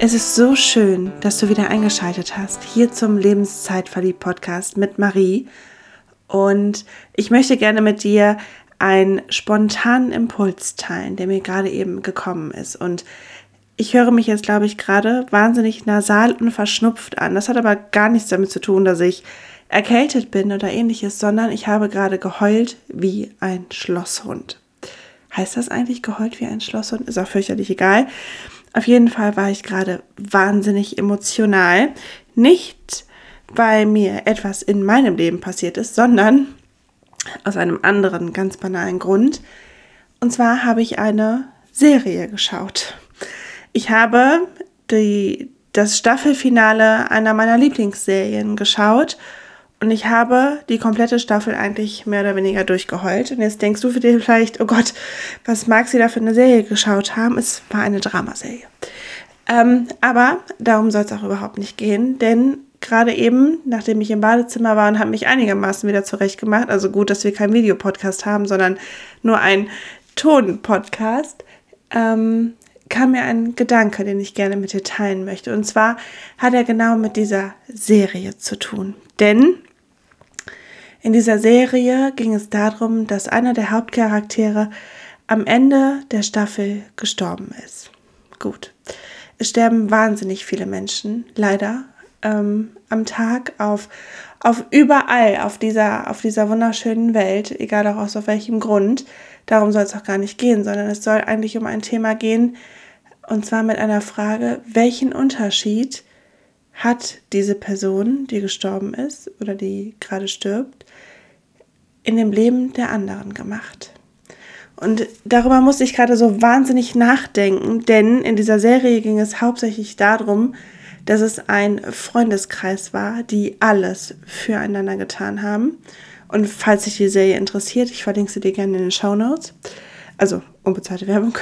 Es ist so schön, dass du wieder eingeschaltet hast, hier zum Lebenszeit-Verliebt-Podcast mit Marie. Und ich möchte gerne mit dir einen spontanen Impuls teilen, der mir gerade eben gekommen ist. Und ich höre mich jetzt, glaube ich, gerade wahnsinnig nasal und verschnupft an. Das hat aber gar nichts damit zu tun, dass ich erkältet bin oder ähnliches, sondern ich habe gerade geheult wie ein Schlosshund. Heißt das eigentlich geheult wie ein Schlosshund? Ist auch fürchterlich egal. Auf jeden Fall war ich gerade wahnsinnig emotional. Nicht, weil mir etwas in meinem Leben passiert ist, sondern aus einem anderen, ganz banalen Grund. Und zwar habe ich eine Serie geschaut. Ich habe das Staffelfinale einer meiner Lieblingsserien geschaut und ich habe die komplette Staffel eigentlich mehr oder weniger durchgeheult. Und jetzt denkst du für dich vielleicht, oh Gott, was mag sie da für eine Serie geschaut haben? Es war eine Dramaserie. Aber darum soll es auch überhaupt nicht gehen, denn gerade eben, nachdem ich im Badezimmer war und habe mich einigermaßen wieder zurechtgemacht, also gut, dass wir keinen Videopodcast haben, sondern nur einen Ton-Podcast, kam mir ein Gedanke, den ich gerne mit dir teilen möchte. Und zwar hat er genau mit dieser Serie zu tun. Denn in dieser Serie ging es darum, dass einer der Hauptcharaktere am Ende der Staffel gestorben ist. Gut, es sterben wahnsinnig viele Menschen, leider, am Tag auf überall auf dieser wunderschönen Welt, egal auch aus welchem Grund. Darum soll es auch gar nicht gehen, sondern es soll eigentlich um ein Thema gehen, und zwar mit einer Frage, welchen Unterschied hat diese Person, die gestorben ist oder die gerade stirbt, in dem Leben der anderen gemacht? Und darüber musste ich gerade so wahnsinnig nachdenken, denn in dieser Serie ging es hauptsächlich darum, dass es ein Freundeskreis war, die alles füreinander getan haben. Und falls dich die Serie interessiert, ich verlinke sie dir gerne in den Shownotes, also unbezahlte Werbung.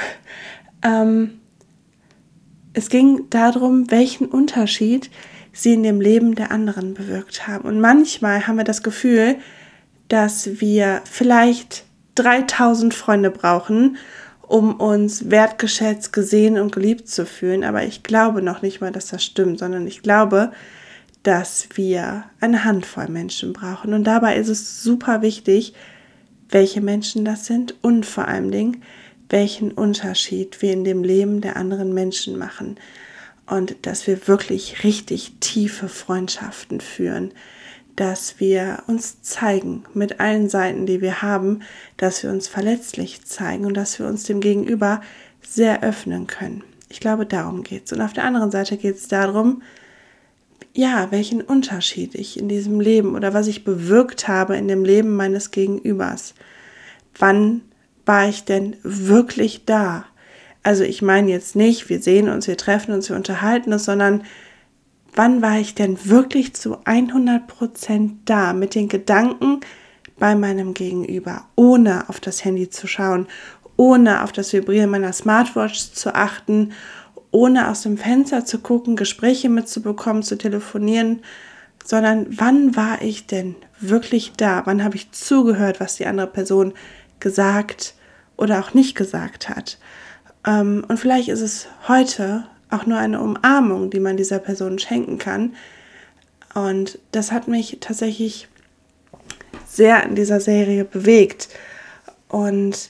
Es ging darum, welchen Unterschied sie in dem Leben der anderen bewirkt haben. Und manchmal haben wir das Gefühl, dass wir vielleicht 3000 Freunde brauchen, um uns wertgeschätzt, gesehen und geliebt zu fühlen. Aber ich glaube noch nicht mal, dass das stimmt, sondern ich glaube, dass wir eine Handvoll Menschen brauchen. Und dabei ist es super wichtig, welche Menschen das sind und vor allen Dingen, welchen Unterschied wir in dem Leben der anderen Menschen machen. Und dass wir wirklich richtig tiefe Freundschaften führen, dass wir uns zeigen mit allen Seiten, die wir haben, dass wir uns verletzlich zeigen und dass wir uns dem Gegenüber sehr öffnen können. Ich glaube, darum geht's. Und auf der anderen Seite geht es darum, ja, welchen Unterschied ich in diesem Leben oder was ich bewirkt habe in dem Leben meines Gegenübers. Wann war ich denn wirklich da? Also ich meine jetzt nicht, wir sehen uns, wir treffen uns, wir unterhalten uns, sondern wann war ich denn wirklich zu 100% da mit den Gedanken bei meinem Gegenüber, ohne auf das Handy zu schauen, ohne auf das Vibrieren meiner Smartwatch zu achten, ohne aus dem Fenster zu gucken, Gespräche mitzubekommen, zu telefonieren, sondern wann war ich denn wirklich da? Wann habe ich zugehört, was die andere Person gesagt oder auch nicht gesagt hat? Und vielleicht ist es heute auch nur eine Umarmung, die man dieser Person schenken kann. Und das hat mich tatsächlich sehr in dieser Serie bewegt. Und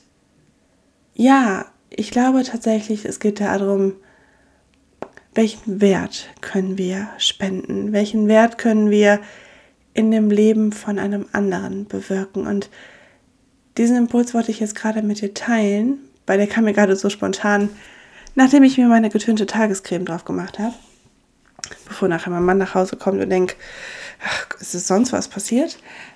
ja, ich glaube tatsächlich, es geht darum, welchen Wert können wir spenden? Welchen Wert können wir in dem Leben von einem anderen bewirken? Und diesen Impuls wollte ich jetzt gerade mit dir teilen, weil der kam mir gerade so spontan, nachdem ich mir meine getönte Tagescreme drauf gemacht habe, bevor nachher mein Mann nach Hause kommt und denkt, ach, ist es sonst was passiert?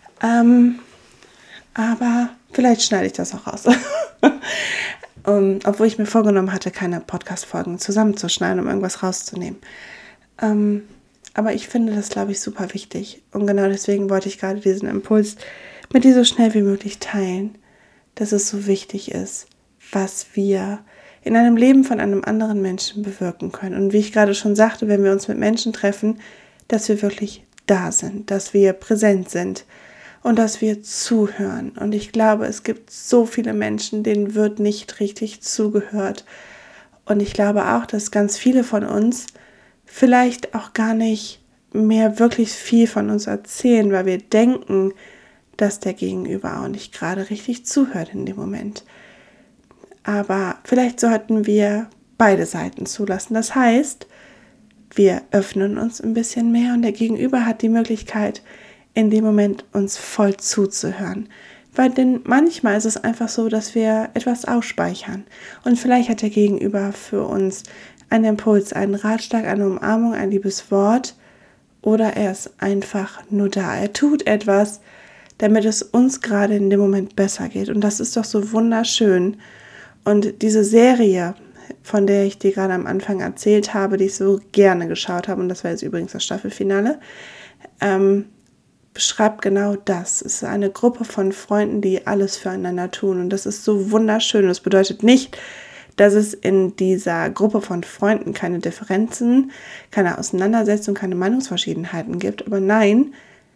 Aber vielleicht schneide ich das auch raus. Obwohl ich mir vorgenommen hatte, keine Podcast-Folgen zusammenzuschneiden, um irgendwas rauszunehmen. Aber ich finde das, glaube ich, super wichtig. Und genau deswegen wollte ich gerade diesen Impuls mit dir so schnell wie möglich teilen, dass es so wichtig ist, was wir in einem Leben von einem anderen Menschen bewirken können. Und wie ich gerade schon sagte, wenn wir uns mit Menschen treffen, dass wir wirklich da sind, dass wir präsent sind und dass wir zuhören. Und ich glaube, es gibt so viele Menschen, denen wird nicht richtig zugehört. Und ich glaube auch, dass ganz viele von uns vielleicht auch gar nicht mehr wirklich viel von uns erzählen, weil wir denken, dass der Gegenüber auch nicht gerade richtig zuhört in dem Moment. Aber vielleicht sollten wir beide Seiten zulassen. Das heißt, wir öffnen uns ein bisschen mehr und der Gegenüber hat die Möglichkeit, in dem Moment uns voll zuzuhören. Weil denn manchmal ist es einfach so, dass wir etwas ausspeichern. Und vielleicht hat der Gegenüber für uns einen Impuls, einen Ratschlag, eine Umarmung, ein liebes Wort. Oder er ist einfach nur da. Er tut etwas, damit es uns gerade in dem Moment besser geht. Und das ist doch so wunderschön. Und diese Serie, von der ich dir gerade am Anfang erzählt habe, die ich so gerne geschaut habe, und das war jetzt übrigens das Staffelfinale, beschreibt genau das. Es ist eine Gruppe von Freunden, die alles füreinander tun. Und das ist so wunderschön. Das bedeutet nicht, dass es in dieser Gruppe von Freunden keine Differenzen, keine Auseinandersetzungen, keine Meinungsverschiedenheiten gibt. Aber nein,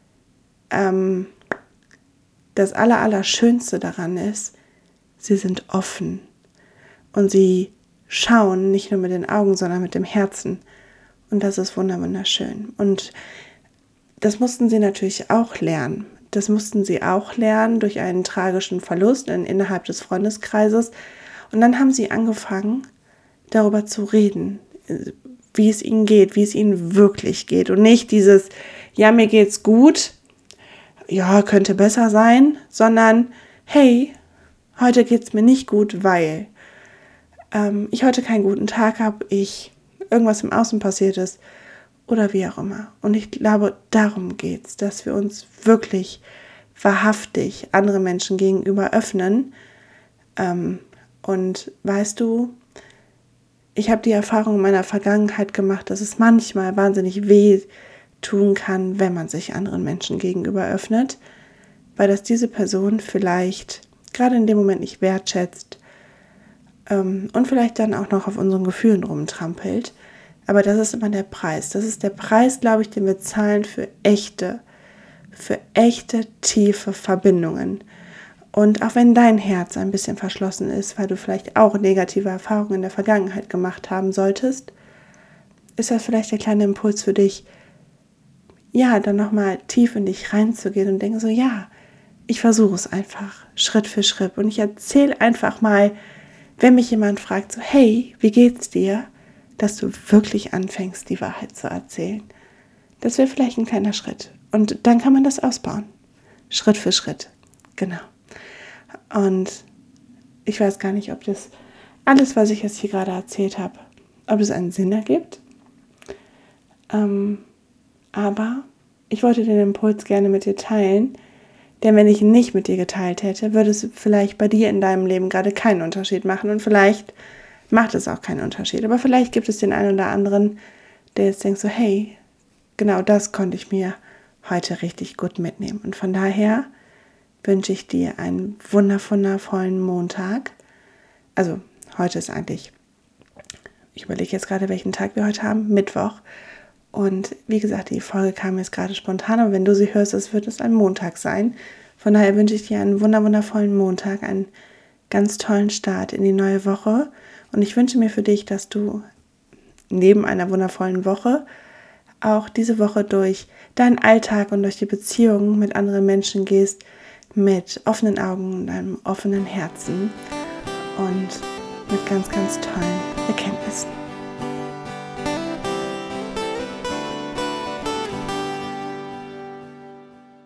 das Allerschönste daran ist, sie sind offen. Und sie schauen nicht nur mit den Augen, sondern mit dem Herzen. Und das ist wunderschön. Und das mussten sie natürlich auch lernen. Das mussten sie auch lernen durch einen tragischen Verlust innerhalb des Freundeskreises. Und dann haben sie angefangen, darüber zu reden, wie es ihnen geht, wie es ihnen wirklich geht. Und nicht dieses, ja, mir geht's gut, ja, könnte besser sein, sondern, hey, heute geht's mir nicht gut, weil ich heute keinen guten Tag habe, irgendwas im Außen passiert ist oder wie auch immer. Und ich glaube, darum geht's, dass wir uns wirklich wahrhaftig andere Menschen gegenüber öffnen. Und weißt du, ich habe die Erfahrung in meiner Vergangenheit gemacht, dass es manchmal wahnsinnig weh tun kann, wenn man sich anderen Menschen gegenüber öffnet, weil das diese Person vielleicht gerade in dem Moment nicht wertschätzt und vielleicht dann auch noch auf unseren Gefühlen rumtrampelt. Aber das ist immer der Preis. Das ist der Preis, glaube ich, den wir zahlen für echte, tiefe Verbindungen. Und auch wenn dein Herz ein bisschen verschlossen ist, weil du vielleicht auch negative Erfahrungen in der Vergangenheit gemacht haben solltest, ist das vielleicht der kleine Impuls für dich, ja, dann nochmal tief in dich reinzugehen und denken so, ja, ich versuche es einfach, Schritt für Schritt. Und ich erzähle einfach mal, wenn mich jemand fragt, so, hey, wie geht's dir? Dass du wirklich anfängst, die Wahrheit zu erzählen. Das wäre vielleicht ein kleiner Schritt. Und dann kann man das ausbauen. Schritt für Schritt. Genau. Und ich weiß gar nicht, ob das alles, was ich jetzt hier gerade erzählt habe, ob es einen Sinn ergibt. Aber ich wollte den Impuls gerne mit dir teilen, denn wenn ich ihn nicht mit dir geteilt hätte, würde es vielleicht bei dir in deinem Leben gerade keinen Unterschied machen und vielleicht macht es auch keinen Unterschied. Aber vielleicht gibt es den einen oder anderen, der jetzt denkt so, hey, genau das konnte ich mir heute richtig gut mitnehmen. Und von daher wünsche ich dir einen wundervollen Montag. Also heute ist eigentlich, ich überlege jetzt gerade, welchen Tag wir heute haben, Mittwoch. Und wie gesagt, die Folge kam jetzt gerade spontan, aber wenn du sie hörst, wird es ein Montag sein. Von daher wünsche ich dir einen wundervollen Montag, einen ganz tollen Start in die neue Woche. Und ich wünsche mir für dich, dass du neben einer wundervollen Woche auch diese Woche durch deinen Alltag und durch die Beziehungen mit anderen Menschen gehst, mit offenen Augen und einem offenen Herzen und mit ganz tollen Erkenntnissen.